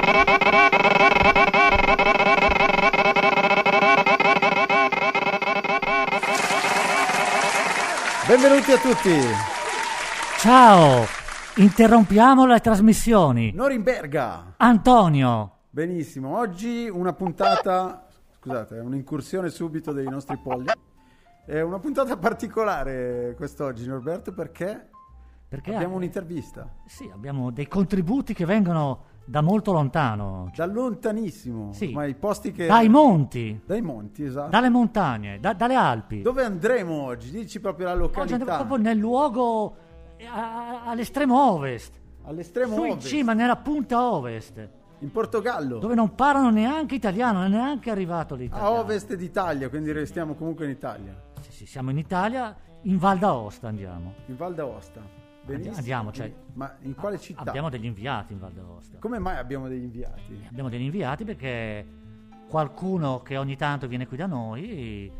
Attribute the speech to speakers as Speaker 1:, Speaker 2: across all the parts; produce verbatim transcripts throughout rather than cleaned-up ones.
Speaker 1: Benvenuti a tutti.
Speaker 2: Ciao, interrompiamo le trasmissioni.
Speaker 1: Norimberga.
Speaker 2: Antonio.
Speaker 1: Benissimo, oggi una puntata, scusate, è un'incursione subito dei nostri polli. È una puntata particolare quest'oggi, Norberto, perché,
Speaker 2: perché
Speaker 1: abbiamo
Speaker 2: ha...
Speaker 1: un'intervista.
Speaker 2: Sì, abbiamo dei contributi che vengono da molto lontano.
Speaker 1: Da lontanissimo,
Speaker 2: sì.
Speaker 1: Ma i posti che...
Speaker 2: Dai monti.
Speaker 1: Dai monti, esatto.
Speaker 2: Dalle montagne, da, dalle Alpi.
Speaker 1: Dove andremo oggi? Dici proprio la località.
Speaker 2: Oggi andiamo proprio nel luogo a, a, all'estremo ovest.
Speaker 1: All'estremo
Speaker 2: Su
Speaker 1: ovest?
Speaker 2: in cima, nella punta ovest.
Speaker 1: In Portogallo?
Speaker 2: Dove non parlano neanche italiano, non è neanche arrivato l'italiano.
Speaker 1: A ovest d'Italia, quindi restiamo comunque in Italia.
Speaker 2: Sì, sì, siamo in Italia, in Val d'Aosta andiamo.
Speaker 1: In Val d'Aosta. Benissimo.
Speaker 2: Andiamo, cioè,
Speaker 1: ma in quale città?
Speaker 2: Abbiamo degli inviati in Val d'Aosta.
Speaker 1: Come mai abbiamo degli inviati?
Speaker 2: Abbiamo degli inviati perché qualcuno che ogni tanto viene qui da noi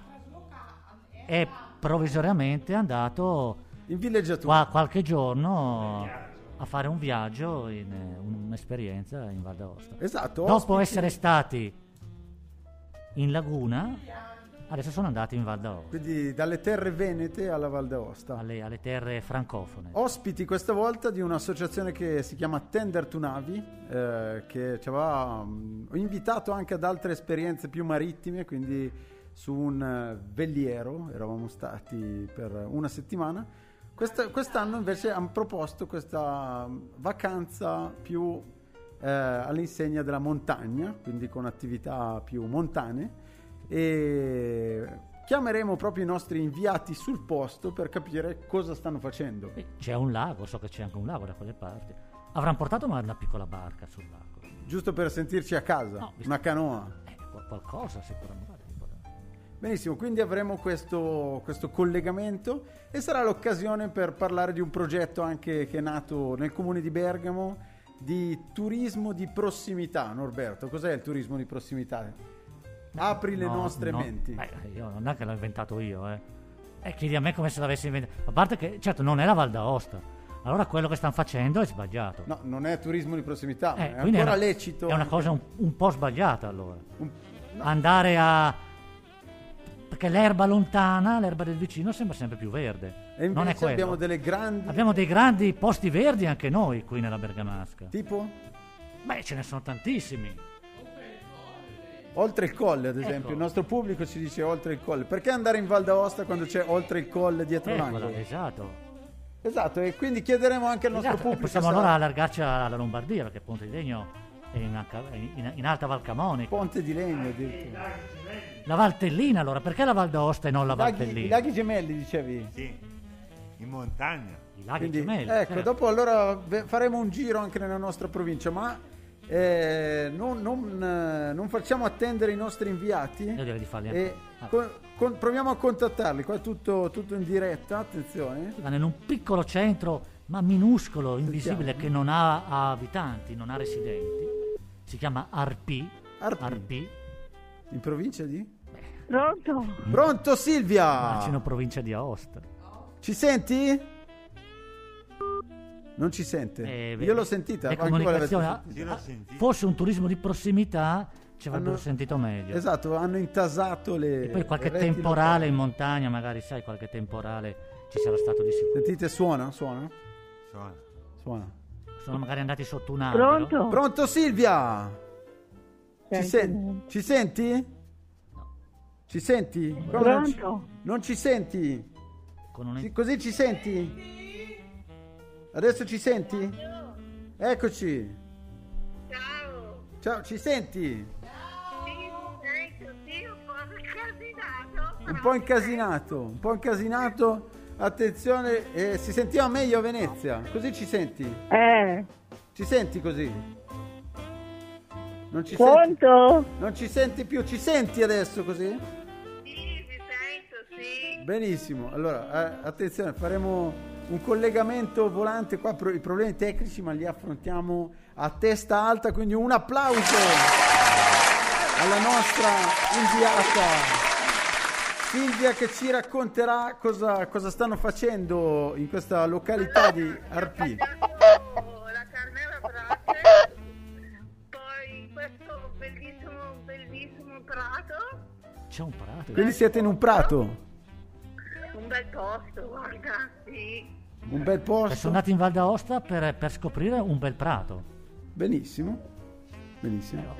Speaker 2: è provvisoriamente andato
Speaker 1: in villeggiatura
Speaker 2: qua, qualche giorno a fare un viaggio, in, un'esperienza in Val d'Aosta.
Speaker 1: Esatto.
Speaker 2: Dopo
Speaker 1: ospiti.
Speaker 2: essere stati in laguna, adesso sono andati in Val d'Aosta.
Speaker 1: Quindi dalle terre venete alla Val d'Aosta.
Speaker 2: Alle, alle terre francofone.
Speaker 1: Ospiti questa volta di un'associazione che si chiama Tender to Navi, eh, che ci aveva mh, invitato anche ad altre esperienze più marittime, quindi su un uh, veliero eravamo stati per una settimana. Questa, quest'anno invece hanno proposto questa vacanza più eh, all'insegna della montagna, quindi con attività più montane, e chiameremo proprio i nostri inviati sul posto per capire cosa stanno facendo.
Speaker 2: C'è un lago, so che c'è anche un lago da quelle parti. Avranno portato magari una piccola barca sul lago.
Speaker 1: Giusto per sentirci a casa,
Speaker 2: no, visto...
Speaker 1: una canoa.
Speaker 2: Eh, qualcosa sicuramente.
Speaker 1: Benissimo, quindi avremo questo, questo collegamento e sarà l'occasione per parlare di un progetto anche che è nato nel comune di Bergamo di turismo di prossimità. Norberto, cos'è il turismo di prossimità? Apri le
Speaker 2: no,
Speaker 1: nostre
Speaker 2: no,
Speaker 1: menti.
Speaker 2: Beh, io non è che l'ho inventato io, eh. E chiedi a me come se l'avessi inventato. A parte che, certo, non è la Val d'Aosta. Allora quello che stanno facendo è sbagliato.
Speaker 1: No, non è turismo di prossimità,
Speaker 2: eh,
Speaker 1: è ancora
Speaker 2: è una,
Speaker 1: lecito.
Speaker 2: È una cosa un, un po' sbagliata, allora.
Speaker 1: Un, no.
Speaker 2: Andare a... Perché l'erba lontana, l'erba del vicino sembra sempre più verde.
Speaker 1: E invece
Speaker 2: non è quello.
Speaker 1: abbiamo delle grandi...
Speaker 2: Abbiamo dei grandi posti verdi anche noi qui nella Bergamasca.
Speaker 1: Tipo?
Speaker 2: Beh, ce ne sono tantissimi.
Speaker 1: Oltre il colle, ad esempio,
Speaker 2: ecco.
Speaker 1: Il nostro pubblico ci dice oltre il colle. Perché andare in Val d'Aosta quando c'è oltre il colle dietro
Speaker 2: Eccola,
Speaker 1: l'angolo?
Speaker 2: esatto.
Speaker 1: Esatto, e quindi chiederemo anche al
Speaker 2: esatto.
Speaker 1: nostro pubblico.
Speaker 2: E possiamo
Speaker 1: sarà...
Speaker 2: allora allargarci alla Lombardia, perché Ponte di Legno è in, in, in Alta Val Camonica.
Speaker 1: Ponte di Legno, addirittura.
Speaker 2: La Valtellina, allora, perché la Val d'Aosta e non la
Speaker 1: I laghi,
Speaker 2: Valtellina?
Speaker 1: I laghi gemelli, dicevi?
Speaker 3: Sì, in montagna.
Speaker 2: I laghi
Speaker 1: Quindi,
Speaker 2: gemelli.
Speaker 1: ecco,
Speaker 2: certo.
Speaker 1: dopo allora faremo un giro anche nella nostra provincia, ma eh, non, non, eh, non facciamo attendere i nostri inviati.
Speaker 2: Io direi di farli
Speaker 1: e
Speaker 2: anche. Ah.
Speaker 1: con, con, proviamo a contattarli, qua è tutto, tutto in diretta, attenzione.
Speaker 2: Va in un piccolo centro, ma minuscolo, invisibile,
Speaker 1: Sentiamo.
Speaker 2: che non ha abitanti, non ha residenti. Si chiama Arpì.
Speaker 1: Arpì.
Speaker 2: Arpì.
Speaker 1: In provincia di?
Speaker 4: Pronto?
Speaker 1: Pronto Silvia?
Speaker 2: Immagino provincia di Aosta.
Speaker 1: Ci senti? Non ci sente.
Speaker 2: Eh, beh,
Speaker 1: Io l'ho sentita.
Speaker 2: le
Speaker 1: anche voi l'avete
Speaker 2: comunicazioni,
Speaker 1: sentita.
Speaker 3: Sì, l'ho
Speaker 2: ah,
Speaker 3: sentita.
Speaker 2: fosse un turismo di prossimità ci avrebbero
Speaker 1: Hanno-
Speaker 2: sentito meglio.
Speaker 1: Esatto, hanno intasato le.
Speaker 2: E poi qualche
Speaker 1: le reti
Speaker 2: temporale
Speaker 1: locali.
Speaker 2: in montagna, magari sai, qualche temporale ci sarà stato di sicuro.
Speaker 1: Sentite, suona, suona,
Speaker 3: Suona.
Speaker 1: suona.
Speaker 2: Sono magari andati sotto un albero.
Speaker 4: Pronto?
Speaker 1: Pronto Silvia? Ci,
Speaker 4: Senti,
Speaker 1: sen- ci senti?
Speaker 2: No.
Speaker 1: Ci senti? Come non ci-
Speaker 4: Pronto?
Speaker 1: Non ci senti?
Speaker 2: Con un...
Speaker 1: Sì, così ci senti? Adesso ci senti? Eccoci.
Speaker 4: Ciao.
Speaker 1: Ciao, ci senti?
Speaker 4: Sì, sento, sì, un po' incasinato.
Speaker 1: Un po' incasinato, un po' incasinato. Attenzione, eh, si sentiva meglio a Venezia. Così ci senti?
Speaker 4: Eh,
Speaker 1: Ci senti così? Non ci senti?
Speaker 4: pronto?
Speaker 1: Non ci senti più? Ci senti adesso così?
Speaker 4: Sì, ti sento, sì.
Speaker 1: Benissimo. Allora, eh, attenzione, faremo un collegamento volante qua, pro- i problemi tecnici, ma li affrontiamo a testa alta, quindi un applauso alla nostra inviata Silvia, che ci racconterà cosa, cosa stanno facendo in questa località di Arpì.
Speaker 4: La Carmela Brace
Speaker 2: c'è un prato.
Speaker 1: Quindi siete in un prato,
Speaker 4: Un bel posto, guarda, sì.
Speaker 1: un bel
Speaker 2: E
Speaker 1: posto.
Speaker 2: sono andati in Val d'Aosta per, per scoprire un bel prato.
Speaker 1: Benissimo, benissimo.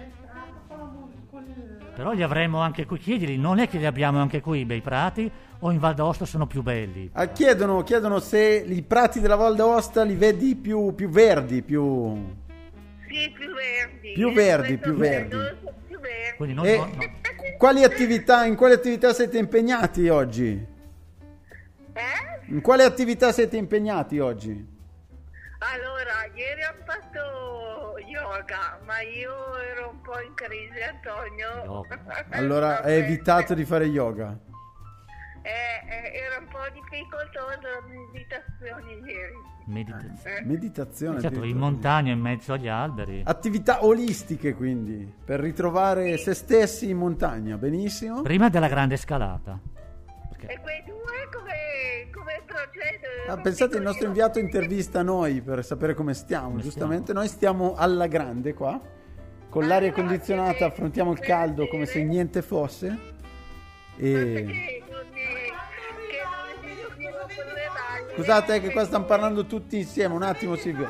Speaker 2: Però li avremo anche qui. Chiedili, non è che li abbiamo anche qui i bei prati o in Val d'Aosta sono più belli?
Speaker 1: Ah, chiedono, chiedono se i prati della Val d'Aosta li vedi più, più verdi, più...
Speaker 4: Sì, più verdi.
Speaker 1: Più verdi,
Speaker 4: Questo
Speaker 1: più verdi.
Speaker 4: periodo sono più verdi.
Speaker 2: Quindi non,
Speaker 1: E
Speaker 2: no, no.
Speaker 1: quali attività, in quali attività siete impegnati oggi?
Speaker 4: Eh?
Speaker 1: In quale attività siete impegnati oggi?
Speaker 4: Allora, ieri ho fatto yoga, ma io ero un po' in crisi, Antonio.
Speaker 2: Yoga.
Speaker 1: Allora hai evitato di fare yoga.
Speaker 4: Eh, eh, era un po' difficoltosa la meditazione ieri.
Speaker 2: Meditazione.
Speaker 4: Eh?
Speaker 1: Meditazione.
Speaker 2: Certo, in
Speaker 1: addirittura.
Speaker 2: montagna, in mezzo agli alberi.
Speaker 1: Attività olistiche quindi, per ritrovare se stessi in montagna, benissimo.
Speaker 2: Prima della grande scalata. Perché
Speaker 4: E quei due come, come procedono?
Speaker 1: Ah, pensate, il nostro inviato intervista noi per sapere come stiamo,
Speaker 2: Come
Speaker 1: giustamente. Noi stiamo alla grande qua, con l'aria
Speaker 4: Ah,
Speaker 1: condizionata,
Speaker 4: che-
Speaker 1: affrontiamo il caldo come se niente fosse. E...
Speaker 4: Che non mi- che non mi dormivo con le mani.
Speaker 1: Scusate eh, che qua stanno parlando tutti insieme, un attimo Silvia.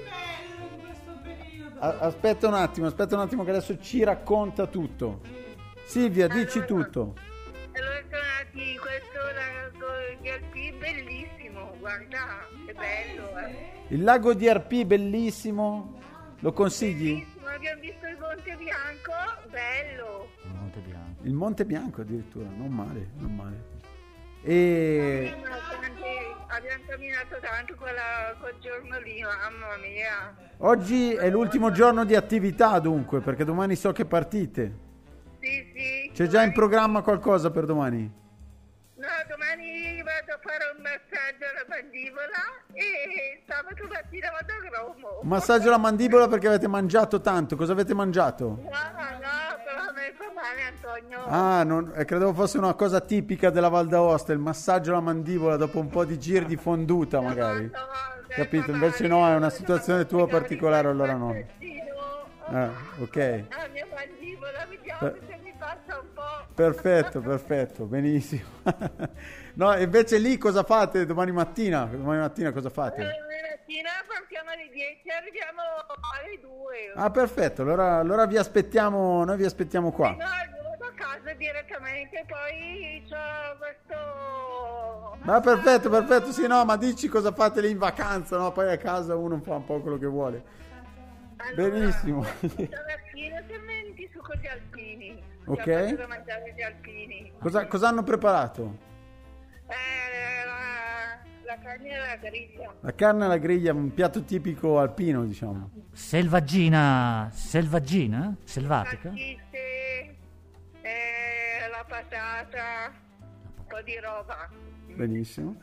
Speaker 1: A- Aspetta un attimo, aspetta un attimo che adesso ci racconta tutto. Silvia, dici
Speaker 4: Allora.
Speaker 1: tutto.
Speaker 4: Allora sono andati, questo lago di Alpi, bellissimo, guarda, è bello, eh.
Speaker 1: Il lago di Arpì, bellissimo, lo consigli?
Speaker 4: Bellissimo, abbiamo visto il Monte Bianco, bello.
Speaker 2: il Monte Bianco.
Speaker 1: Il Monte Bianco addirittura, non male, non male. E
Speaker 4: Abbiamo, tanti- abbiamo camminato tanto quella, quel giorno lì, mamma mia.
Speaker 1: oggi è l'ultimo giorno di attività dunque, perché domani so che partite.
Speaker 4: Sì, sì.
Speaker 1: C'è già in
Speaker 4: domani-
Speaker 1: programma qualcosa per domani?
Speaker 4: No, domani vado a fare un massaggio alla mandibola e sabato mattina vado a Gromo.
Speaker 1: Un massaggio alla mandibola perché avete mangiato tanto, cosa avete mangiato?
Speaker 4: No, no, però mi fa male, Antonio.
Speaker 1: Ah, non, eh, credevo fosse una cosa tipica della Val d'Aosta, il massaggio alla mandibola dopo un po' di giri di fonduta magari.
Speaker 4: No, no, mi
Speaker 1: Capito?
Speaker 4: fa
Speaker 1: Invece
Speaker 4: male.
Speaker 1: no, è una situazione tua particolare, allora no.
Speaker 4: Massaggino.
Speaker 1: Ah, ok.
Speaker 4: La mia mandibola, vediamo
Speaker 1: Per-
Speaker 4: se mi passa un po'.
Speaker 1: Perfetto, perfetto, benissimo. No, e invece lì cosa fate domani mattina? Domani mattina cosa fate?
Speaker 4: Domani mattina partiamo alle dieci, arriviamo alle due.
Speaker 1: Ah, perfetto, allora, allora vi aspettiamo, noi vi aspettiamo qua.
Speaker 4: No, io vado a casa direttamente, poi c'ho questo...
Speaker 1: Ma perfetto, perfetto, sì, no, ma dici cosa fate lì in vacanza, no? Poi a casa uno fa un po' quello che vuole.
Speaker 4: Allora,
Speaker 1: Benissimo.
Speaker 4: stamattina fermenti succo di alpini.
Speaker 1: Ok.
Speaker 4: Ci ho fatto da mangiare gli alpini.
Speaker 1: Cosa, cosa hanno preparato?
Speaker 4: Eh, la, la carne alla griglia.
Speaker 1: La carne alla griglia, un piatto tipico alpino, diciamo.
Speaker 2: Selvaggina, selvaggina? Selvatica?
Speaker 4: Salsicce, eh, la patata, un po' di roba.
Speaker 1: Benissimo.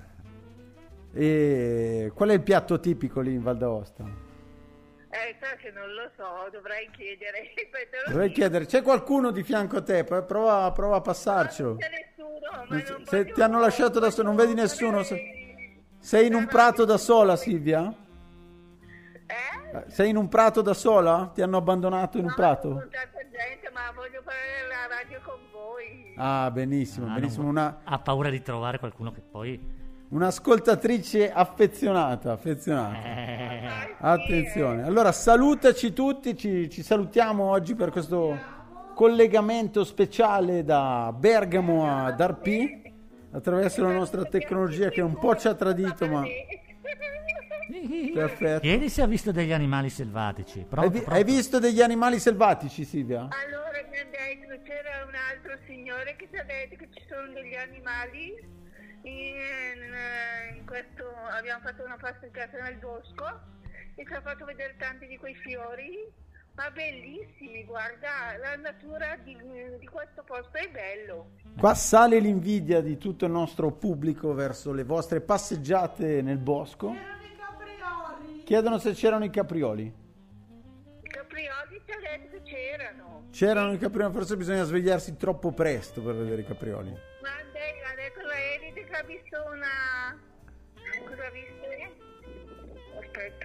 Speaker 1: E qual è il piatto tipico lì in Val d'Aosta?
Speaker 4: Eh, sa che non lo so, dovrei chiedere. Poi te lo
Speaker 1: Dovrei
Speaker 4: dico.
Speaker 1: chiedere, c'è qualcuno di fianco a te? Poi Prova, prova a passarcelo.
Speaker 4: Non c'è nessuno, ma
Speaker 1: Non
Speaker 4: non
Speaker 1: se- se
Speaker 4: voglio-
Speaker 1: ti hanno lasciato da solo, non vedi nessuno? Se- Sei in un prato da sola, Silvia?
Speaker 4: Eh?
Speaker 1: Eh, Sei in un prato da sola? Ti hanno abbandonato in un
Speaker 4: No,
Speaker 1: prato?
Speaker 4: con tanta gente, ma voglio fare la radio con voi.
Speaker 1: Ah, benissimo,
Speaker 2: Ah,
Speaker 1: benissimo.
Speaker 2: non-
Speaker 1: Una,
Speaker 2: Ha paura di trovare qualcuno che poi...
Speaker 1: un'ascoltatrice affezionata, affezionata.
Speaker 2: Eh,
Speaker 1: Attenzione. Allora, salutaci tutti, ci, ci salutiamo oggi per questo collegamento speciale da Bergamo ad Arpì attraverso la nostra tecnologia che un po' ci ha tradito, ma perfetto.
Speaker 2: Chiedi se ha visto degli animali selvatici.
Speaker 1: Hai,
Speaker 2: Pronto,
Speaker 1: vi-
Speaker 2: pronto?
Speaker 1: hai visto degli animali selvatici, Silvia?
Speaker 4: Allora mi hanno detto, c'era un altro signore che ci ha detto che ci sono degli animali. In, in questo abbiamo fatto una passeggiata nel bosco e ci ha fatto vedere tanti di quei fiori, ma bellissimi, guarda, la natura di, di questo posto è bello.
Speaker 1: Qua sale l'invidia di tutto il nostro pubblico verso le vostre passeggiate nel bosco. Chiedono se c'erano i caprioli.
Speaker 4: I caprioli ci ha detto che c'erano.
Speaker 1: C'erano i caprioli, forse bisogna svegliarsi troppo presto per vedere i caprioli.
Speaker 4: Ma lei ha detto la Elite che ha visto una... Cosa ha visto? Aspetta.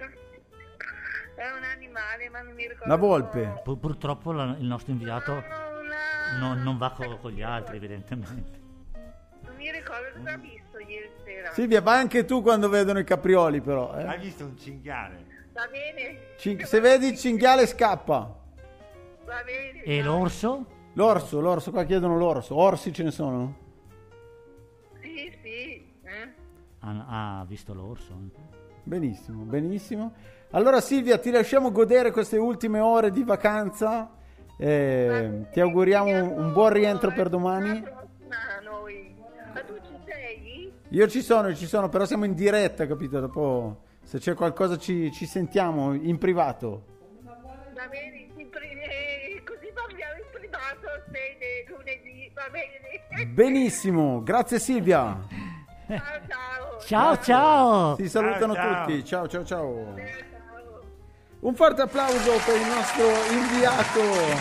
Speaker 4: È un animale, ma non mi ricordo.
Speaker 1: La volpe.
Speaker 2: Pur- purtroppo la- il nostro inviato...
Speaker 4: No, una...
Speaker 2: non, non va co- con gli altri, evidentemente.
Speaker 4: Non mi ricordo cosa ha visto ieri sera.
Speaker 1: Silvia, vai anche tu quando vedono i caprioli, però. Eh?
Speaker 3: Hai visto un cinghiale?
Speaker 4: Va bene?
Speaker 1: Cin- se vedi il cinghiale, scappa.
Speaker 4: Va bene.
Speaker 2: E
Speaker 4: dai.
Speaker 2: l'orso?
Speaker 1: L'orso, l'orso, qua chiedono l'orso. Orsi ce ne sono?
Speaker 4: Sì, sì. Eh?
Speaker 2: Ha, ha visto l'orso anche.
Speaker 1: Benissimo, benissimo. Allora Silvia, ti lasciamo godere queste ultime ore di vacanza. Eh, ti auguriamo un, un buon rientro per domani.
Speaker 4: La prossima noi. Ma tu ci sei?
Speaker 1: Io ci sono, ci sono, però siamo in diretta, capito? Dopo, se c'è qualcosa ci, ci sentiamo in privato.
Speaker 4: Va bene, in pri- eh, così parliamo in privato se lunedì, va bene?
Speaker 1: Benissimo, grazie Silvia.
Speaker 4: Ciao, ciao.
Speaker 2: Ciao, ciao!
Speaker 1: Si salutano
Speaker 3: Ciao, ciao.
Speaker 1: tutti. Ciao, ciao, ciao.
Speaker 4: Ciao.
Speaker 1: Un forte applauso per il nostro inviato.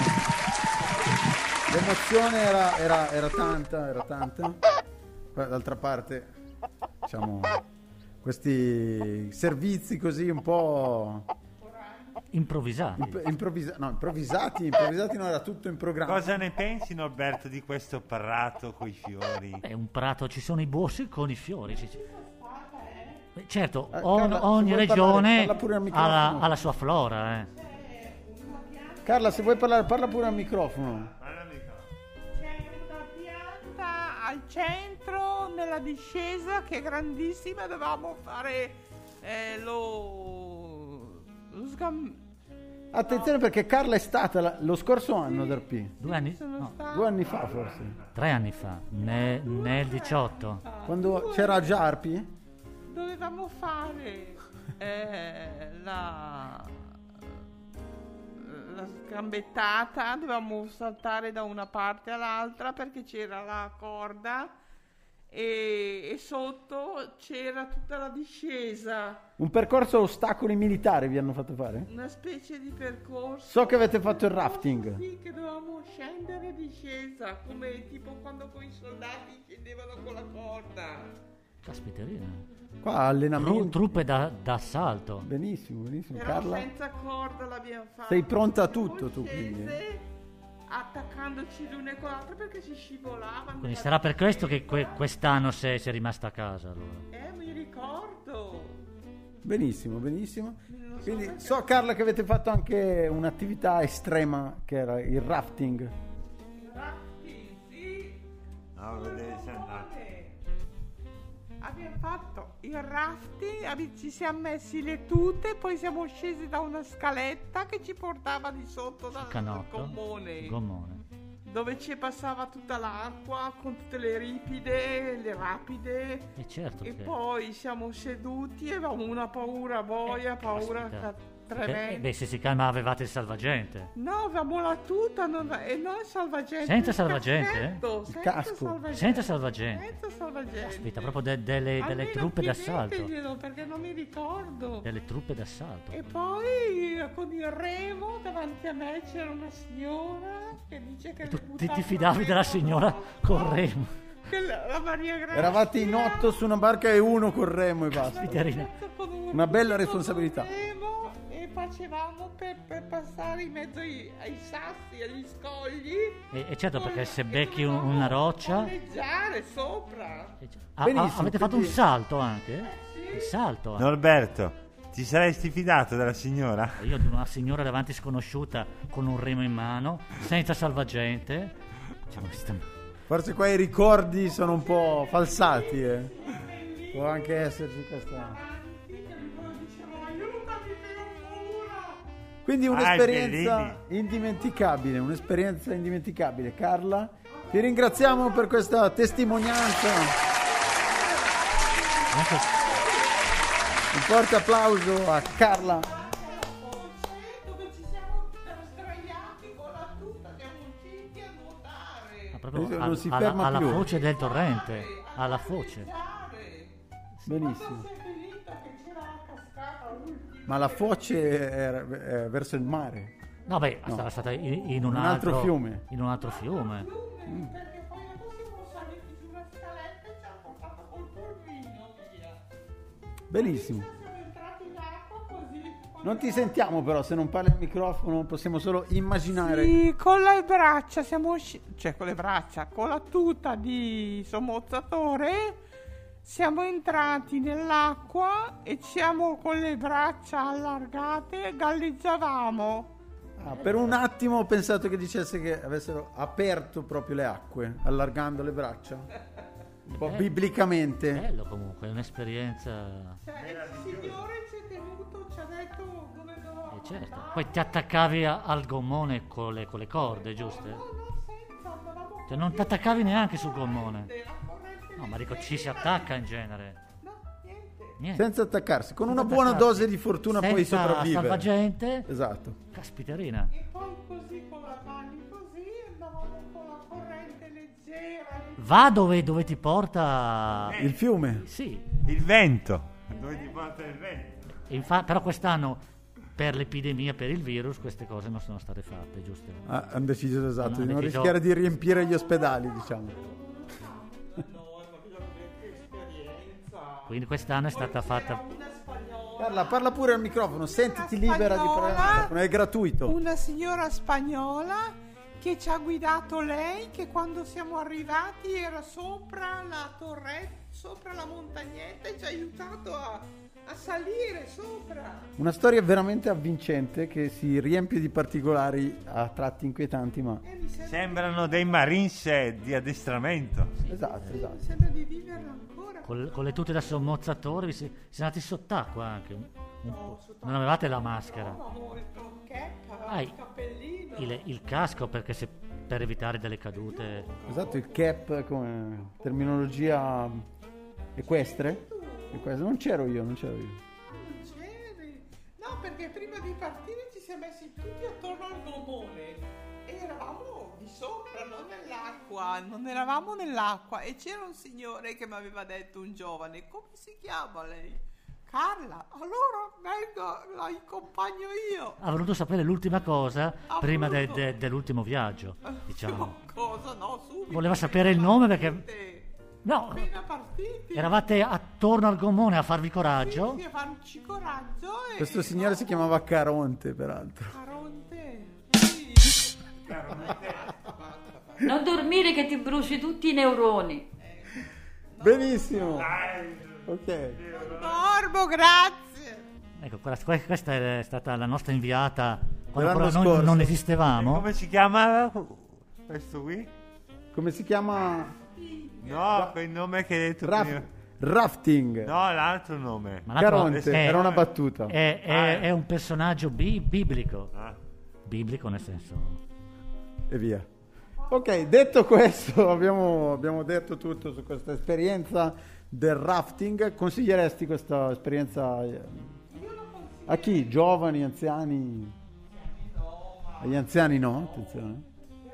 Speaker 1: L'emozione era, era, era tanta, era tanta. Poi, d'altra parte, diciamo, questi servizi così un po'
Speaker 2: Improvvisati.
Speaker 1: imp- improvvisa- no, improvvisati, improvvisati non era tutto in programma.
Speaker 3: Cosa ne pensi, Norberto, di questo prato coi fiori?
Speaker 2: È un prato, ci sono i boschi con i fiori. ci- ci- Beh, certo,
Speaker 1: Eh,
Speaker 2: on-
Speaker 1: Carla, se
Speaker 2: ogni
Speaker 1: vuoi parlare,
Speaker 2: regione
Speaker 1: parla pure al microfono.
Speaker 2: ha la, ha la sua flora. Eh.
Speaker 1: Carla, se vuoi parlare, parla pure al microfono.
Speaker 5: C'è una pianta al centro nella discesa che è grandissima, dovevamo fare eh, lo, lo sgam...
Speaker 1: Attenzione perché Carla è stata la- lo scorso anno da R P,
Speaker 2: Due anni?
Speaker 5: Sono
Speaker 2: No,
Speaker 5: stata-
Speaker 1: due anni fa forse,
Speaker 2: tre anni fa, ne- nel diciotto.
Speaker 1: quando c'era già R P.
Speaker 5: Dovevamo fare eh, la, la sgambettata, dovevamo saltare da una parte all'altra perché c'era la corda e, e sotto c'era tutta la discesa,
Speaker 1: Un percorso a ostacoli militari vi hanno fatto fare?
Speaker 5: una specie di percorso.
Speaker 1: So che avete fatto il rafting.
Speaker 5: Sì, che dovevamo scendere e discesa, come tipo quando con i soldati scendevano con la corda.
Speaker 2: Caspiterina.
Speaker 1: Qua
Speaker 2: Tru-
Speaker 1: allenamento.
Speaker 2: truppe da- d'assalto.
Speaker 1: Benissimo, benissimo.
Speaker 5: Però
Speaker 1: Carla,
Speaker 5: senza corda l'abbiamo fatta.
Speaker 1: sei pronta a tutto tu,
Speaker 5: Scese,
Speaker 1: quindi.
Speaker 5: attaccandoci l'una con l'altra perché si scivolavano.
Speaker 2: Quindi sarà per questo che que- quest'anno sei, sei rimasta a casa allora.
Speaker 5: Eh, mi ricordo.
Speaker 1: Benissimo, benissimo.
Speaker 5: Non so
Speaker 1: Quindi
Speaker 5: perché-
Speaker 1: so Carla che avete fatto anche un'attività estrema che era il rafting.
Speaker 5: Rafting, sì.
Speaker 3: No, vedete se è andato.
Speaker 5: Abbiamo fatto il rafting, abbi- ci siamo messi le tute, poi siamo scesi da una scaletta che ci portava di sotto dal
Speaker 2: Canotto.
Speaker 5: gommone,
Speaker 2: Gommone.
Speaker 5: dove ci passava tutta l'acqua con tutte le ripide, le rapide.
Speaker 2: E certo
Speaker 5: E
Speaker 2: che...
Speaker 5: poi siamo seduti e avevamo una paura boia, paura
Speaker 2: Aspetta.
Speaker 5: ca-
Speaker 2: Eh,
Speaker 5: tremenda.
Speaker 2: beh, se si calma avevate il salvagente.
Speaker 5: No, avevamo la tuta non, e non il salvagente.
Speaker 2: Senza
Speaker 5: il
Speaker 2: salvagente, eh?
Speaker 5: caschetto,
Speaker 1: Il
Speaker 5: senza
Speaker 1: casco.
Speaker 5: salvagente.
Speaker 2: Senza salvagente.
Speaker 5: Senza salvagente.
Speaker 2: Aspetta, proprio de- delle, delle
Speaker 5: Almeno
Speaker 2: truppe d'assalto.
Speaker 5: chiedetelo, perché non mi ricordo.
Speaker 2: Delle truppe d'assalto.
Speaker 5: E poi eh, con il remo davanti a me c'era una signora che dice che
Speaker 2: Tu
Speaker 5: le
Speaker 2: ti,
Speaker 5: buttava
Speaker 2: ti fidavi
Speaker 5: una
Speaker 2: della
Speaker 5: remo
Speaker 2: signora
Speaker 5: sotto,
Speaker 2: con remo.
Speaker 5: che la, la Maria Grazia
Speaker 1: Eravate in otto su una barca e uno con remo e basta.
Speaker 2: Caspiterina.
Speaker 5: con un-
Speaker 1: Una bella
Speaker 5: con un
Speaker 1: responsabilità.
Speaker 5: remo, e facevamo per, per passare in mezzo ai, ai sassi, agli scogli.
Speaker 2: E, e certo, perché se
Speaker 5: E
Speaker 2: becchi un-
Speaker 5: dovevamo
Speaker 2: una roccia...
Speaker 5: palleggiare sopra.
Speaker 2: e c- ah, ah,
Speaker 1: Benissimo,
Speaker 2: avete fatto un
Speaker 1: quindi-
Speaker 2: salto anche? Il salto anche.
Speaker 3: Norberto, ti saresti fidato della signora?
Speaker 2: Io di una signora davanti sconosciuta con un remo in mano, senza salvagente. Diciamo, questa-
Speaker 1: Forse qua i ricordi sono un po' falsati, eh. Può anche esserci questa. Quindi un'esperienza
Speaker 3: Ah,
Speaker 1: indimenticabile, un'esperienza indimenticabile. Carla, ti ringraziamo per questa testimonianza.
Speaker 2: anche-
Speaker 1: Un forte applauso a Carla.
Speaker 5: Dove ci siamo sdraiati con la tuta, siamo usciti a nuotare.
Speaker 2: ah, proprio
Speaker 1: Non
Speaker 2: al-
Speaker 1: si
Speaker 2: alla,
Speaker 1: ferma
Speaker 2: alla
Speaker 1: più.
Speaker 2: foce del torrente. Alla foce.
Speaker 1: Benissimo.
Speaker 5: Si è finita che c'era la cascata l'ultima.
Speaker 1: Ma la foce era eh, verso il mare.
Speaker 2: No, beh,
Speaker 1: No.
Speaker 2: sarà stata in, in un,
Speaker 1: Un altro fiume.
Speaker 2: In un altro fiume.
Speaker 5: Perché poi dopo siamo saliti su una scaletta e ci ha portato col pulmino via.
Speaker 1: Benissimo.
Speaker 5: Siamo entrati in acqua così, poi
Speaker 1: Non ti sentiamo però, se non parli al microfono possiamo solo immaginare.
Speaker 5: Sì, con le braccia siamo usciti, cioè con le braccia, con la tuta di sommozzatore siamo entrati nell'acqua e siamo con le braccia allargate, galleggiavamo.
Speaker 1: Ah, per un attimo ho pensato che dicesse che avessero aperto proprio le acque, allargando le braccia. Un po'
Speaker 2: Eh,
Speaker 1: biblicamente.
Speaker 2: Bello comunque, è un'esperienza.
Speaker 5: Cioè, il signore ci è tenuto, ci ha detto dove dovevamo
Speaker 2: Eh, certo.
Speaker 5: andare.
Speaker 2: Poi ti attaccavi a- al gommone con le, con le corde, giuste?
Speaker 5: No, no, senza, andavamo
Speaker 2: Cioè non ti attaccavi neanche sul gommone.
Speaker 5: la corrente
Speaker 2: No, ma dico, ci si attacca in genere.
Speaker 5: No, niente.
Speaker 2: Niente.
Speaker 1: Senza attaccarsi, con una
Speaker 2: Senza
Speaker 1: buona
Speaker 2: attaccarsi.
Speaker 1: dose di fortuna puoi
Speaker 2: Senza
Speaker 1: sopravvivere.
Speaker 2: salvagente.
Speaker 1: Esatto.
Speaker 2: Caspiterina.
Speaker 5: E poi così con le mani così andavamo con la corrente leggera.
Speaker 2: Va dove, dove ti porta.
Speaker 1: Il fiume.
Speaker 2: Sì.
Speaker 3: Il vento. Dove ti porta il vento?
Speaker 2: Infa- però quest'anno, per l'epidemia, per il virus, queste cose non sono state fatte, giusto?
Speaker 1: Ah, hanno deciso esatto
Speaker 2: No,
Speaker 1: di non
Speaker 2: deciso-
Speaker 1: rischiare di riempire gli ospedali, diciamo.
Speaker 2: Quindi quest'anno è stata fatta.
Speaker 5: Una spagnola.
Speaker 1: Parla, parla pure al microfono, sentiti libera di parlare al
Speaker 5: spagnola.
Speaker 1: microfono, è gratuito.
Speaker 5: Una signora spagnola che ci ha guidato lei, che quando siamo arrivati era sopra la torretta, sopra la montagnetta e ci ha aiutato a, a salire sopra.
Speaker 1: Una storia veramente avvincente che si riempie di particolari a tratti inquietanti, ma
Speaker 5: E mi sembra,
Speaker 3: Sembrano dei marines di addestramento.
Speaker 1: esatto,
Speaker 5: mi
Speaker 1: esatto.
Speaker 5: sembra di viverla ancora.
Speaker 2: Col- con le tute da sommozzatore, vi si- siete andati sott'acqua anche. un- un
Speaker 5: No,
Speaker 2: po'.
Speaker 5: sotto-
Speaker 2: Non avevate la maschera.
Speaker 5: No, molto, cap,
Speaker 2: Ah,
Speaker 5: il cappellino.
Speaker 2: Il, il casco perché se, per evitare delle cadute.
Speaker 1: Esatto, il cap come terminologia equestre. Equestre. Non c'ero io, non c'ero io.
Speaker 5: Non c'eri. No, perché prima di partire ci siamo messi tutti attorno al gommone e eravamo di sopra, non nell'acqua, non eravamo nell'acqua e c'era un signore che mi aveva detto, un giovane, come si chiama lei? Carla, allora vengo, la accompagno io.
Speaker 2: Ha voluto sapere l'ultima cosa
Speaker 5: Ha
Speaker 2: prima de-
Speaker 5: voluto.
Speaker 2: de- dell'ultimo viaggio, diciamo.
Speaker 5: No, cosa? No, subito.
Speaker 2: Voleva sapere il nome perché.
Speaker 5: Niente.
Speaker 2: No,
Speaker 5: Appena partiti.
Speaker 2: eravate attorno al gommone a farvi coraggio.
Speaker 5: Sì, a farci coraggio e...
Speaker 1: Questo signore si chiamava Caronte, peraltro.
Speaker 5: Caronte. Sì.
Speaker 6: Non dormire che ti bruci tutti i neuroni.
Speaker 1: Benissimo. Ok.
Speaker 5: Dormo, grazie.
Speaker 2: Ecco, quella- que- questa è stata la nostra inviata quando
Speaker 1: Dell'anno
Speaker 2: ancora noi
Speaker 1: scorso.
Speaker 2: non esistevamo.
Speaker 3: Come si chiama questo qui?
Speaker 1: Come si chiama?
Speaker 3: No, quel nome che hai detto
Speaker 1: Raf-
Speaker 3: prima.
Speaker 1: rafting.
Speaker 3: No, l'altro nome.
Speaker 2: Ma l'altro
Speaker 1: Caronte,
Speaker 2: è-
Speaker 1: era una battuta.
Speaker 2: È, è-
Speaker 3: Ah, eh.
Speaker 2: è un personaggio bi- biblico.
Speaker 3: Ah.
Speaker 2: Biblico nel senso.
Speaker 1: E via. Ok, detto questo, abbiamo, abbiamo detto tutto su questa esperienza del rafting. Consiglieresti questa esperienza eh, a chi? Giovani, anziani? Agli anziani no, attenzione.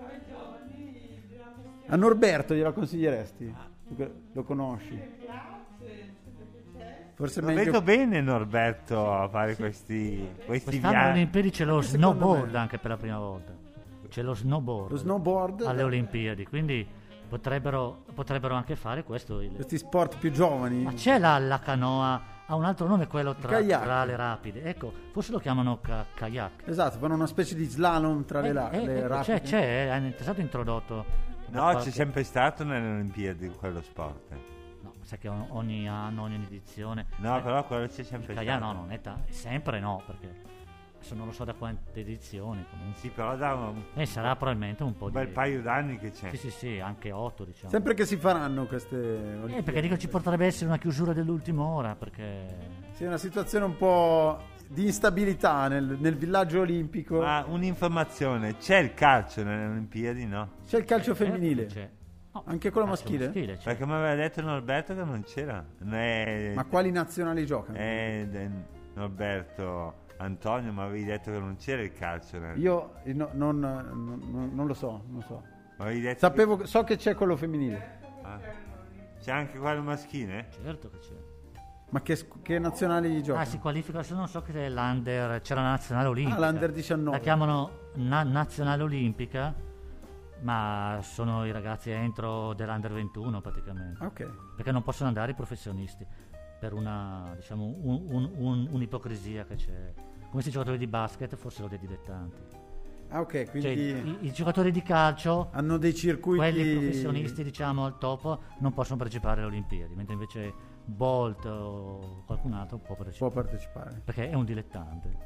Speaker 1: A Norberto gliela consiglieresti? Tu che lo conosci? Forse è
Speaker 3: Lo
Speaker 1: meglio.
Speaker 3: vedo bene Norberto a fare questi, questi
Speaker 2: Quest'anno alle
Speaker 3: viaggi.
Speaker 2: Olimpiadi c'è lo
Speaker 1: Anche secondo
Speaker 2: snowboard
Speaker 1: me.
Speaker 2: anche per la prima volta. C'è lo snowboard,
Speaker 1: Lo snowboard,
Speaker 2: alle Olimpiadi, quindi potrebbero, potrebbero anche fare questo. il-
Speaker 1: questi sport più giovani.
Speaker 2: Ma c'è la, la canoa, ha un altro nome quello tra,
Speaker 1: kayak.
Speaker 2: tra le rapide. Ecco, forse lo chiamano ca- kayak.
Speaker 1: Esatto, fanno una specie di slalom tra le,
Speaker 2: Eh,
Speaker 1: la-
Speaker 2: eh,
Speaker 1: le
Speaker 2: ecco,
Speaker 1: rapide.
Speaker 2: c'è, c'è, è è stato introdotto. da
Speaker 3: No,
Speaker 2: qualche-
Speaker 3: c'è sempre stato nelle Olimpiadi quello sport.
Speaker 2: No, sai che o- ogni anno, ogni edizione.
Speaker 3: No,
Speaker 2: Eh,
Speaker 3: però quello c'è sempre
Speaker 2: il kayak
Speaker 3: stato.
Speaker 2: no, non è ta- sempre no, perché adesso non lo so da quante edizioni comunque.
Speaker 3: Sì, però da un
Speaker 2: E sarà probabilmente un po'
Speaker 3: un
Speaker 2: di.
Speaker 3: bel paio d'anni che c'è.
Speaker 2: Sì, sì, sì, anche otto, diciamo.
Speaker 1: Sempre che si faranno queste
Speaker 2: Eh,
Speaker 1: Olimpiadi.
Speaker 2: perché dico ci potrebbe essere una chiusura dell'ultima ora, perché.
Speaker 1: Sì, è una situazione un po' di instabilità nel, nel villaggio olimpico.
Speaker 3: Ma un'informazione, c'è il calcio nelle Olimpiadi, no?
Speaker 1: C'è il calcio
Speaker 2: Eh,
Speaker 1: femminile.
Speaker 2: c'è. No,
Speaker 1: Anche quello
Speaker 2: calcio
Speaker 1: maschile?
Speaker 2: c'è.
Speaker 3: Perché mi aveva detto Norberto che non c'era. È,
Speaker 1: Ma quali nazionali giocano?
Speaker 3: è de- Norberto Antonio mi avevi detto che non c'era il calcio. nel-
Speaker 1: Io eh, no- non, non- non lo so, non so.
Speaker 3: mi avevi detto
Speaker 1: Sapevo, so che c'è quello femminile.
Speaker 3: che- ah. C'è anche quello maschile?
Speaker 2: Certo che c'è.
Speaker 1: Ma che, sc- che nazionali giocano?
Speaker 2: Ah, si qualifica, se non so che è l'under, c'era la nazionale olimpica.
Speaker 1: Ah, l'Under diciannove.
Speaker 2: La chiamano na- nazionale olimpica, ma sono i ragazzi entro dell'under ventuno praticamente.
Speaker 1: Ok.
Speaker 2: Perché non possono andare i professionisti per una, diciamo, un- un- un- un'ipocrisia che c'è come se i giocatori di basket fossero dei dilettanti.
Speaker 1: Ah, ok, quindi
Speaker 2: Cioè, i, i giocatori di calcio,
Speaker 1: hanno dei circuiti...
Speaker 2: quelli professionisti, diciamo, al top, non possono partecipare alle Olimpiadi, mentre invece Bolt o qualcun altro può partecipare.
Speaker 1: Può partecipare.
Speaker 2: Perché è un dilettante.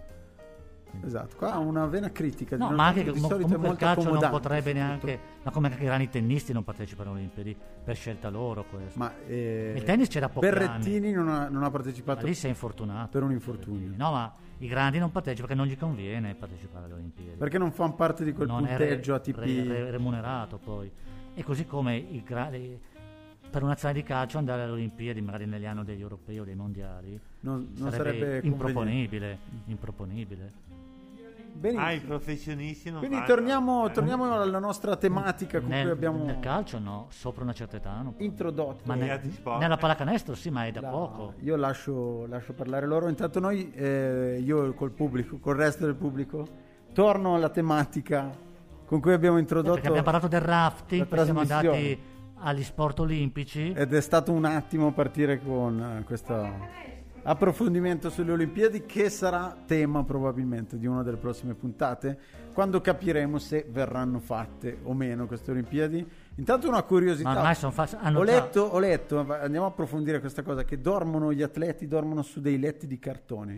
Speaker 1: Esatto, qua ha una vena critica.
Speaker 2: No,
Speaker 1: di
Speaker 2: ma anche
Speaker 1: di
Speaker 2: che
Speaker 1: solito è
Speaker 2: comunque il
Speaker 1: molto
Speaker 2: calcio non
Speaker 1: accomodante,
Speaker 2: potrebbe
Speaker 1: soprattutto.
Speaker 2: neanche, ma come anche i grandi tennisti non partecipano alle Olimpiadi per scelta loro questo.
Speaker 1: Ma eh,
Speaker 2: Il tennis c'è da pochi
Speaker 1: Berrettini non ha, non ha
Speaker 2: Ma
Speaker 1: partecipato
Speaker 2: lì sei infortunato.
Speaker 1: per un infortunio.
Speaker 2: No, ma i grandi non partecipano perché non gli conviene partecipare alle Olimpiadi.
Speaker 1: Perché non fanno parte di quel
Speaker 2: non è
Speaker 1: punteggio
Speaker 2: re-
Speaker 1: A T P.
Speaker 2: re- re- remunerato poi. E così come i gra- le- per una nazionale di calcio andare alle Olimpiadi magari negli anni degli europei o dei mondiali
Speaker 1: non, non
Speaker 2: sarebbe,
Speaker 1: sarebbe
Speaker 2: improponibile, improponibile.
Speaker 1: Benissimo.
Speaker 3: Ah, i professionisti non
Speaker 1: Quindi
Speaker 3: fanno.
Speaker 1: torniamo, torniamo alla nostra tematica con
Speaker 2: Nel,
Speaker 1: cui abbiamo
Speaker 2: nel calcio no, sopra una certa età no.
Speaker 1: introdotto.
Speaker 2: Ma
Speaker 3: Negli
Speaker 2: nel-
Speaker 3: altri sport?
Speaker 2: nella pallacanestro sì, ma è da
Speaker 1: la-
Speaker 2: poco.
Speaker 1: Io lascio, lascio parlare loro. Intanto noi, eh, io col pubblico, col resto del pubblico, torno alla tematica con cui abbiamo
Speaker 2: Eh,
Speaker 1: introdotto.
Speaker 2: perché abbiamo parlato del rafting,
Speaker 1: la
Speaker 2: poi siamo andati
Speaker 1: trasmissione.
Speaker 2: agli sport olimpici.
Speaker 1: Ed è stato un attimo partire con eh, questo approfondimento sulle Olimpiadi, che sarà tema probabilmente di una delle prossime puntate, quando capiremo se verranno fatte o meno queste Olimpiadi. Intanto una curiosità.
Speaker 2: Ma ormai sono fa- hanno
Speaker 1: ho,
Speaker 2: già-
Speaker 1: letto, ho letto, andiamo a approfondire questa cosa, che dormono gli atleti, dormono su dei letti di cartone.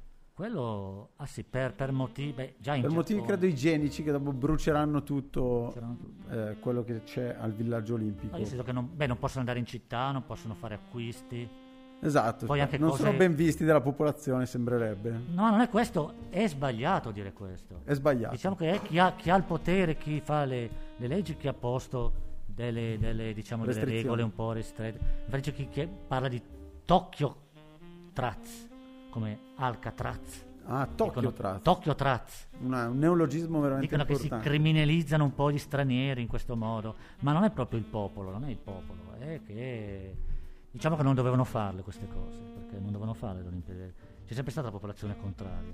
Speaker 2: Quello, ah sì, per, per motivi, beh, già in
Speaker 1: Per motivi
Speaker 2: Giappone.
Speaker 1: credo igienici, che dopo bruceranno tutto,
Speaker 2: Bruceranno tutto.
Speaker 1: eh, quello che c'è al villaggio olimpico.
Speaker 2: Ma io sento che non, beh, non possono andare in città, non possono fare acquisti.
Speaker 1: Esatto,
Speaker 2: Poi anche
Speaker 1: non
Speaker 2: cose-
Speaker 1: sono ben visti dalla popolazione, sembrerebbe.
Speaker 2: No, non è questo, è sbagliato dire questo.
Speaker 1: È sbagliato.
Speaker 2: Diciamo che è chi ha, chi ha il potere, chi fa le, le leggi, chi ha posto delle, delle, diciamo, delle
Speaker 1: Restrizioni.
Speaker 2: regole un po' ristrette. Infatti c'è chi, chi parla di Tokyo Trats, come Alcatraz.
Speaker 1: Ah, Tokyo
Speaker 2: Dicono
Speaker 1: Trust.
Speaker 2: Tokyo Trats.
Speaker 1: Una- un neologismo veramente
Speaker 2: Dicono che si
Speaker 1: importante.
Speaker 2: criminalizzano un po' gli stranieri in questo modo, ma non è proprio il popolo, non è il popolo, è che diciamo che non dovevano farle queste cose, perché non dovevano fare le Olimpiadi. C'è sempre stata la popolazione contraria.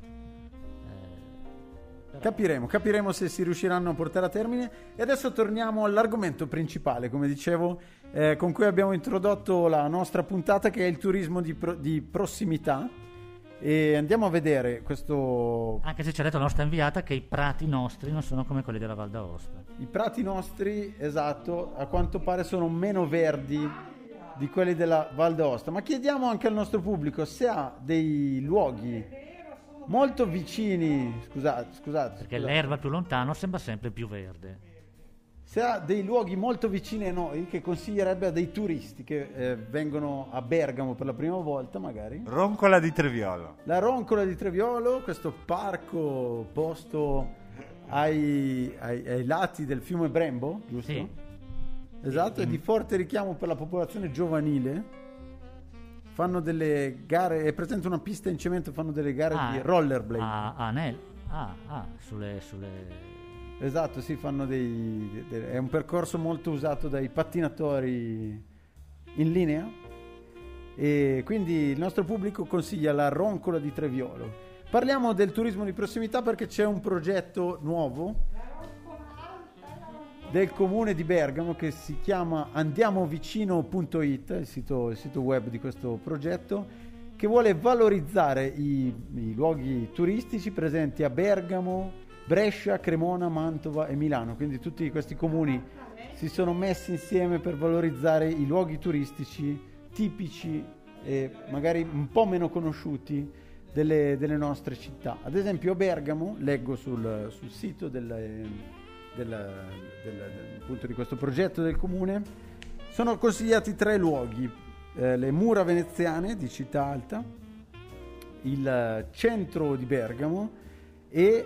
Speaker 2: Eh, però-
Speaker 1: Capiremo, capiremo se si riusciranno a portare a termine. E adesso torniamo all'argomento principale, come dicevo, eh, con cui abbiamo introdotto la nostra puntata, che è il turismo di, pro- di prossimità. E andiamo a vedere questo.
Speaker 2: Anche se ci ha detto la nostra inviata che i prati nostri non sono come quelli della Val d'Aosta.
Speaker 1: I prati nostri, esatto, a quanto pare sono meno verdi di quelli della Val d'Aosta. Ma chiediamo anche al nostro pubblico se ha dei luoghi molto vicini. Scusate, scusate.
Speaker 2: Perché
Speaker 1: scusate.
Speaker 2: l'erba più lontano sembra sempre più verde.
Speaker 1: Se ha dei luoghi molto vicini a noi che consiglierebbe a dei turisti che eh, vengono a Bergamo per la prima volta, magari.
Speaker 3: Roncola di Treviolo.
Speaker 1: La Roncola di Treviolo, questo parco posto ai, ai- ai lati del fiume Brembo, giusto?
Speaker 2: Sì.
Speaker 1: Esatto, e di forte richiamo per la popolazione giovanile. Fanno delle gare, è presente una pista in cemento, fanno delle gare
Speaker 2: Ah,
Speaker 1: di rollerblade.
Speaker 2: Ah, ah, nel, ah, ah, sulle, sulle...
Speaker 1: Esatto, sì, fanno dei, de- è un percorso molto usato dai pattinatori in linea, e quindi il nostro pubblico consiglia la Roncola di Treviolo. Parliamo del turismo di prossimità perché c'è un progetto nuovo del comune di Bergamo che si chiama andiamovicino punto it, il sito, il sito web di questo progetto, che vuole valorizzare i, i luoghi turistici presenti a Bergamo, Brescia, Cremona, Mantova e Milano. Quindi tutti questi comuni si sono messi insieme per valorizzare i luoghi turistici tipici e magari un po' meno conosciuti delle, delle nostre città. Ad esempio a Bergamo, leggo sul, sul sito del, del, del, del, appunto di questo progetto del comune, sono consigliati tre luoghi: eh, le mura veneziane di Città Alta, il centro di Bergamo e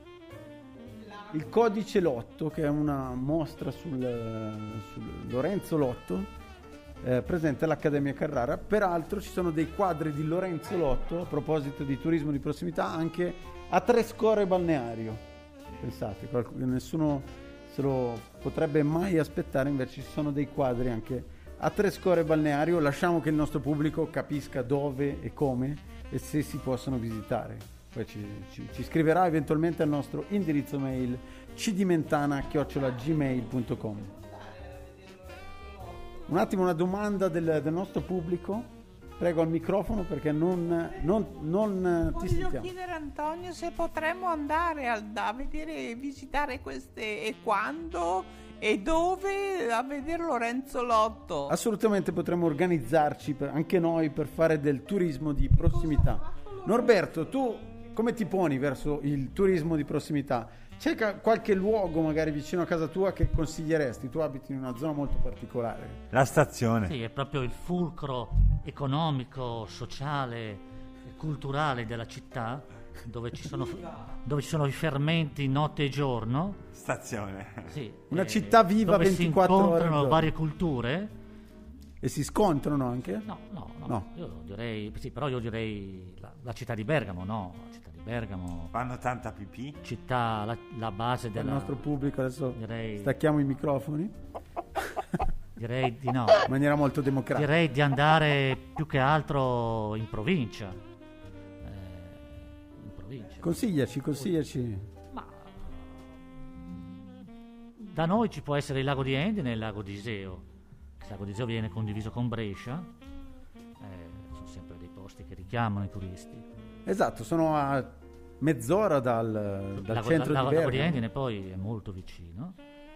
Speaker 1: il Codice Lotto, che è una mostra sul, sul Lorenzo Lotto, eh, presente all'Accademia Carrara. Peraltro ci sono dei quadri di Lorenzo Lotto, a proposito di turismo di prossimità, anche a Trescore Balneario. Pensate, qualc- nessuno se lo potrebbe mai aspettare, invece ci sono dei quadri anche a Trescore Balneario. Lasciamo che il nostro pubblico capisca dove e come e se si possono visitare. Poi ci, ci, ci scriverà eventualmente al nostro indirizzo mail cdmentana chiocciola gmail punto com. Un attimo, una domanda del, del nostro pubblico. prego al microfono perché non, non, non ti
Speaker 5: Voglio
Speaker 1: sentiamo.
Speaker 5: chiedere a Antonio se potremmo andare al- a vedere, visitare queste e quando e dove a vedere Lorenzo Lotto.
Speaker 1: Assolutamente potremmo organizzarci per- anche noi per fare del turismo di prossimità. Norberto, tu come ti poni verso il turismo di prossimità? C'è ca- qualche luogo magari vicino a casa tua che consiglieresti? Tu abiti in una zona molto particolare.
Speaker 3: La stazione.
Speaker 2: Sì, è proprio il fulcro economico, sociale e culturale della città, dove ci sono, dove ci sono i fermenti notte e giorno.
Speaker 3: Stazione.
Speaker 2: Sì,
Speaker 1: Una
Speaker 2: eh,
Speaker 1: città viva
Speaker 2: dove
Speaker 1: ventiquattro ore al
Speaker 2: si incontrano
Speaker 1: giorno.
Speaker 2: varie culture.
Speaker 1: E si scontrano anche?
Speaker 2: No, no, no,
Speaker 1: No.
Speaker 2: Io direi, sì, però io direi la, la città di Bergamo, no, la città di Bergamo,
Speaker 3: Fanno tanta pipì.
Speaker 2: città, la, la base
Speaker 1: Per il
Speaker 2: della...
Speaker 1: nostro pubblico adesso
Speaker 2: Direi-
Speaker 1: stacchiamo i microfoni
Speaker 2: Direi di no.
Speaker 1: in maniera molto democratica.
Speaker 2: Direi di andare più che altro in provincia. Eh, in provincia.
Speaker 1: Consigliaci, consigliaci.
Speaker 2: Ma da noi ci può essere il lago di Endine e il lago di Iseo. Il lago di Iseo viene condiviso con Brescia. Eh, sono sempre dei posti che richiamano i turisti.
Speaker 1: Esatto, sono a mezz'ora dal, dal
Speaker 2: Lago,
Speaker 1: centro
Speaker 2: la-
Speaker 1: di
Speaker 2: lago di
Speaker 1: Bergamo.
Speaker 2: Endine poi è molto vicino.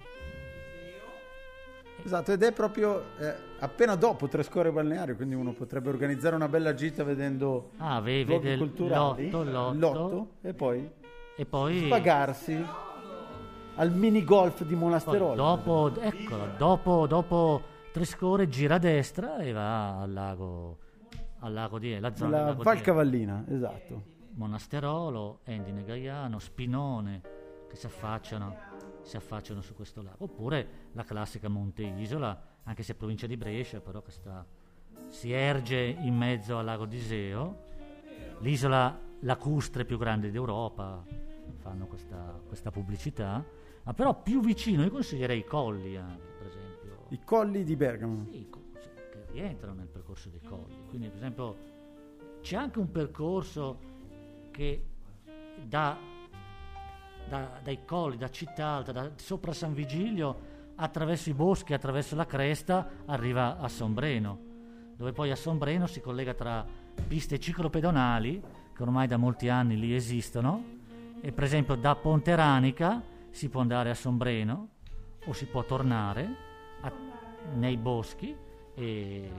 Speaker 1: Esatto, ed è proprio eh, appena dopo Trescore Balneario, quindi uno potrebbe organizzare una bella gita vedendo
Speaker 2: Ah, ve-
Speaker 1: luoghi
Speaker 2: vede
Speaker 1: culturali,
Speaker 2: l'otto, l'otto,
Speaker 1: e poi
Speaker 2: e poi
Speaker 1: spagarsi al mini golf di
Speaker 2: poi
Speaker 1: Monasterolo.
Speaker 2: dopo, eccolo, dopo, dopo Trescore gira a destra e va al lago, al lago di la zona del
Speaker 1: La
Speaker 2: lago
Speaker 1: Val
Speaker 2: di
Speaker 1: Cavallina, esatto.
Speaker 2: Monasterolo, Endine Gaiano, Spinone che si affacciano, si affacciano su questo lago, oppure la classica Monte Isola, anche se è provincia di Brescia, però che sta, si erge in mezzo al lago di Iseo, l'isola lacustre più grande d'Europa, fanno questa, questa pubblicità, ma però più vicino io consiglierei i colli anche, per esempio.
Speaker 1: I colli di Bergamo.
Speaker 2: Sì, co- sì, che rientrano nel percorso dei colli. Quindi, per esempio, c'è anche un percorso che da, da- dai colli, da Città Alta, da sopra San Vigilio, attraverso i boschi, attraverso la cresta, arriva a Sombreno, dove poi a Sombreno si collega tra piste ciclopedonali, che ormai da molti anni lì esistono, e per esempio da Ponteranica si può andare a Sombreno o si può tornare a- nei boschi e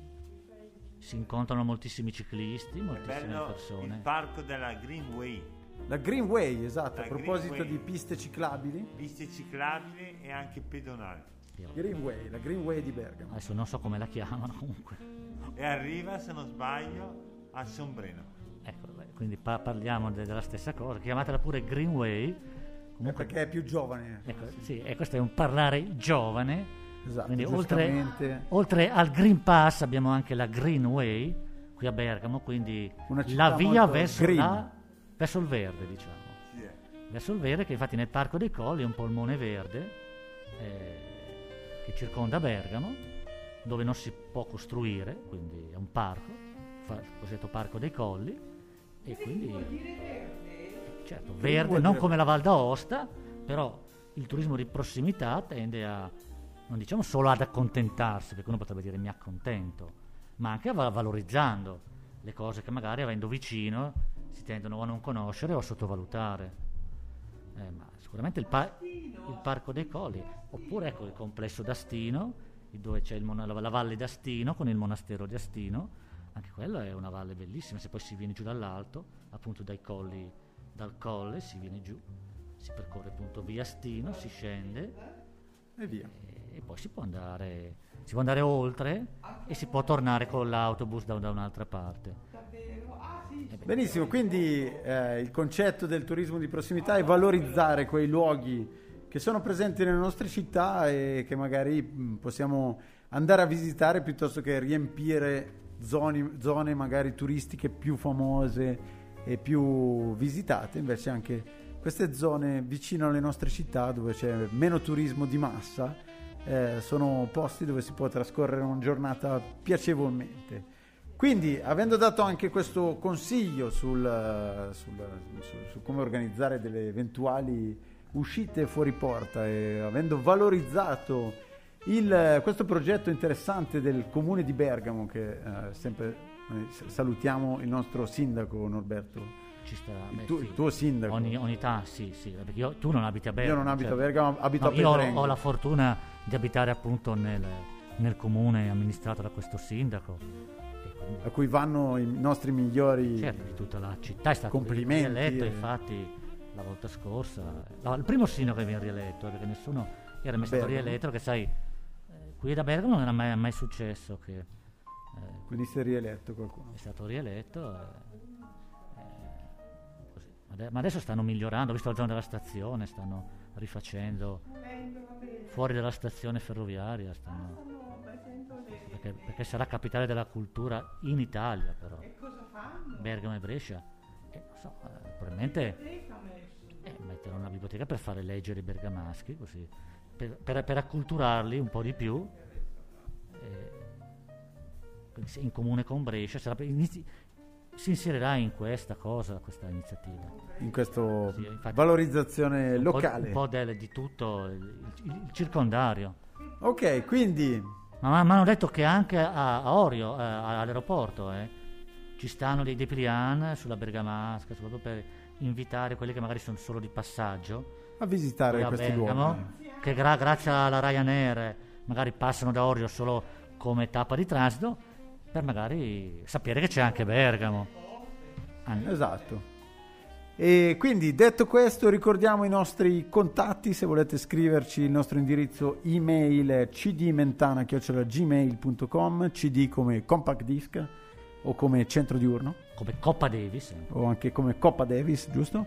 Speaker 2: si incontrano moltissimi ciclisti,
Speaker 3: È
Speaker 2: moltissime
Speaker 3: bello il
Speaker 2: persone.
Speaker 3: parco della Greenway.
Speaker 1: La Greenway, esatto,
Speaker 3: La
Speaker 1: a proposito
Speaker 3: Greenway.
Speaker 1: di piste ciclabili.
Speaker 3: Piste ciclabili e anche pedonali.
Speaker 1: Greenway, la Greenway di Bergamo.
Speaker 2: Adesso non so come la chiamano comunque.
Speaker 3: E arriva, se non sbaglio, a Sombreno.
Speaker 2: Ecco, beh, quindi pa- parliamo de- della stessa cosa, chiamatela pure Greenway. Comunque,
Speaker 1: Perché è più giovane.
Speaker 2: ecco, sì, e questo è un parlare giovane.
Speaker 1: Esatto,
Speaker 2: Quindi oltre,
Speaker 1: giustamente.
Speaker 2: oltre al Green Pass abbiamo anche la Greenway qui a Bergamo, quindi
Speaker 1: Una città
Speaker 2: la via
Speaker 1: molto
Speaker 2: verso,
Speaker 1: green.
Speaker 2: la- verso il verde, diciamo.
Speaker 3: Sì, eh.
Speaker 2: Verso il verde, che infatti nel Parco dei Colli è un polmone verde eh, che circonda Bergamo, dove non si può costruire, quindi è un parco, fa- il cosiddetto Parco dei Colli, e quindi certo, verde,
Speaker 1: vuol
Speaker 2: non
Speaker 1: dire-
Speaker 2: come la Val d'Aosta, però il turismo di prossimità tende a, non diciamo solo ad accontentarsi, perché uno potrebbe dire mi accontento, ma anche a va- valorizzando le cose che magari avendo vicino si tendono a non conoscere o a sottovalutare. Eh, ma sicuramente il, pa- il Parco dei Colli, oppure ecco il complesso d'Astino, dove c'è il mona- la, la valle d'Astino con il monastero di Astino, anche quella è una valle bellissima, se poi si viene giù dall'alto, appunto dai colli, dal colle si viene giù, si percorre appunto via Astino, si scende
Speaker 1: E via.
Speaker 2: e, e poi si può andare, si può andare oltre e si può tornare con l'autobus da, da un'altra parte. Eh beh,
Speaker 1: Benissimo, quindi eh, il concetto del turismo di prossimità è valorizzare quei luoghi che sono presenti nelle nostre città e che magari mh, possiamo andare a visitare piuttosto che riempire zone, zone magari turistiche più famose e più visitate. Invece anche queste zone vicino alle nostre città dove c'è meno turismo di massa eh, sono posti dove si può trascorrere una giornata piacevolmente. Quindi, avendo dato anche questo consiglio sul, sul, su, su come organizzare delle eventuali uscite fuori porta e avendo valorizzato il, questo progetto interessante del comune di Bergamo, che è sempre Noi s- salutiamo il nostro sindaco Norberto.
Speaker 2: Ci sta,
Speaker 1: Il,
Speaker 2: beh,
Speaker 1: tuo,
Speaker 2: sì.
Speaker 1: il tuo sindaco.
Speaker 2: Ogni, ogni tanto, sì, sì, perché io, tu non abiti a Bergamo.
Speaker 1: Io non abito
Speaker 2: certo.
Speaker 1: a Bergamo, abito
Speaker 2: No,
Speaker 1: a
Speaker 2: io ho,
Speaker 1: Petrengo.
Speaker 2: ho la fortuna di abitare appunto nel, nel comune amministrato da questo sindaco. E quindi,
Speaker 1: A cui vanno i nostri migliori
Speaker 2: certo, di tutta la città è stato
Speaker 1: complimenti.
Speaker 2: rieletto,
Speaker 1: e-
Speaker 2: infatti la volta scorsa, no, il primo sindaco che viene rieletto, eh, perché nessuno era mai stato
Speaker 1: Bergamo.
Speaker 2: rieletto, perché sai, eh, qui da Bergamo non era mai, mai successo che eh,
Speaker 1: Quindi si è rieletto qualcuno.
Speaker 2: è stato rieletto. eh, Così. Ade- Ma adesso stanno migliorando, ho visto la zona della stazione, stanno rifacendo fuori dalla stazione ferroviaria, stanno- perché, perché sarà capitale della cultura in Italia però.
Speaker 5: Cosa fanno?
Speaker 2: Bergamo e Brescia. Eh, non so, eh, probabilmente eh, mettere una biblioteca per fare leggere i bergamaschi, così, per, per- per acculturarli un po' di più. eh, quindi se in comune con Brescia sarà- inizi- si inserirà in questa cosa, questa iniziativa.
Speaker 1: In questa
Speaker 2: Sì, infatti,
Speaker 1: valorizzazione
Speaker 2: un po',
Speaker 1: locale.
Speaker 2: un po' del- di tutto il, il- il circondario.
Speaker 1: Ok, quindi
Speaker 2: Ma mi hanno detto che anche a, a Orio, eh, all'aeroporto, eh, ci stanno dei dépliant sulla bergamasca, proprio per invitare quelli che magari sono solo di passaggio
Speaker 1: a visitare
Speaker 2: qui a
Speaker 1: questi
Speaker 2: Bergamo,
Speaker 1: luoghi.
Speaker 2: che gra- grazie alla Ryanair magari passano da Orio solo come tappa di transito, per magari sapere che c'è anche Bergamo. An-
Speaker 1: Esatto. E quindi detto questo ricordiamo i nostri contatti, se volete scriverci il nostro indirizzo email è c d mentana chiocciola gmail punto com, cd come compact disc o come centro diurno
Speaker 2: come Coppa Davis.
Speaker 1: o anche come Coppa Davis, giusto?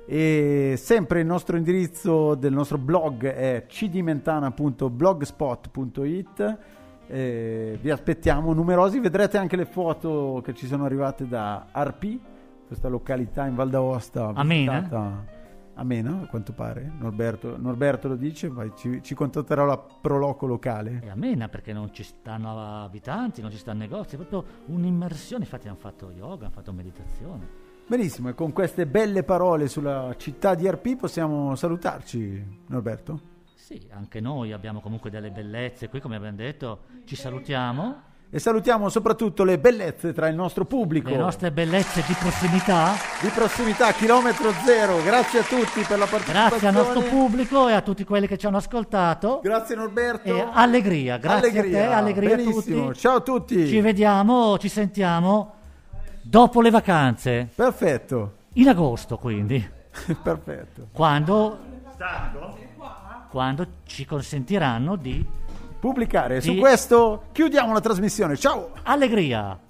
Speaker 1: E sempre il nostro indirizzo del nostro blog è c d mentana punto blogspot punto it. Eh, vi aspettiamo numerosi, vedrete anche le foto che ci sono arrivate da Arpi, questa località in Val d'Aosta
Speaker 2: Amena?
Speaker 1: visitata- Amena, a quanto pare. Norberto, Norberto lo dice, poi ci, ci contatterà la Proloco locale.
Speaker 2: E amena perché non ci stanno abitanti, non ci stanno negozi, è proprio un'immersione. Infatti hanno fatto yoga, hanno fatto meditazione.
Speaker 1: Benissimo, e con queste belle parole sulla città di Arpi possiamo salutarci, Norberto?
Speaker 2: Sì, anche noi abbiamo comunque delle bellezze qui, come abbiamo detto, ci salutiamo.
Speaker 1: E salutiamo soprattutto le bellezze tra il nostro pubblico
Speaker 2: Le nostre bellezze di prossimità.
Speaker 1: di prossimità, chilometro zero. Grazie a tutti per la partecipazione.
Speaker 2: Grazie al nostro pubblico e a tutti quelli che ci hanno ascoltato.
Speaker 1: Grazie Norberto.
Speaker 2: E allegria, grazie
Speaker 1: Allegria.
Speaker 2: a te, allegria
Speaker 1: Benissimo.
Speaker 2: a tutti.
Speaker 1: Ciao a tutti.
Speaker 2: Ci vediamo, ci sentiamo dopo le vacanze,
Speaker 1: Perfetto.
Speaker 2: in agosto quindi,
Speaker 1: Perfetto.
Speaker 2: quando, quando ci consentiranno di
Speaker 1: Pubblicare. Su
Speaker 2: Di-
Speaker 1: questo chiudiamo la trasmissione. Ciao.
Speaker 2: allegria.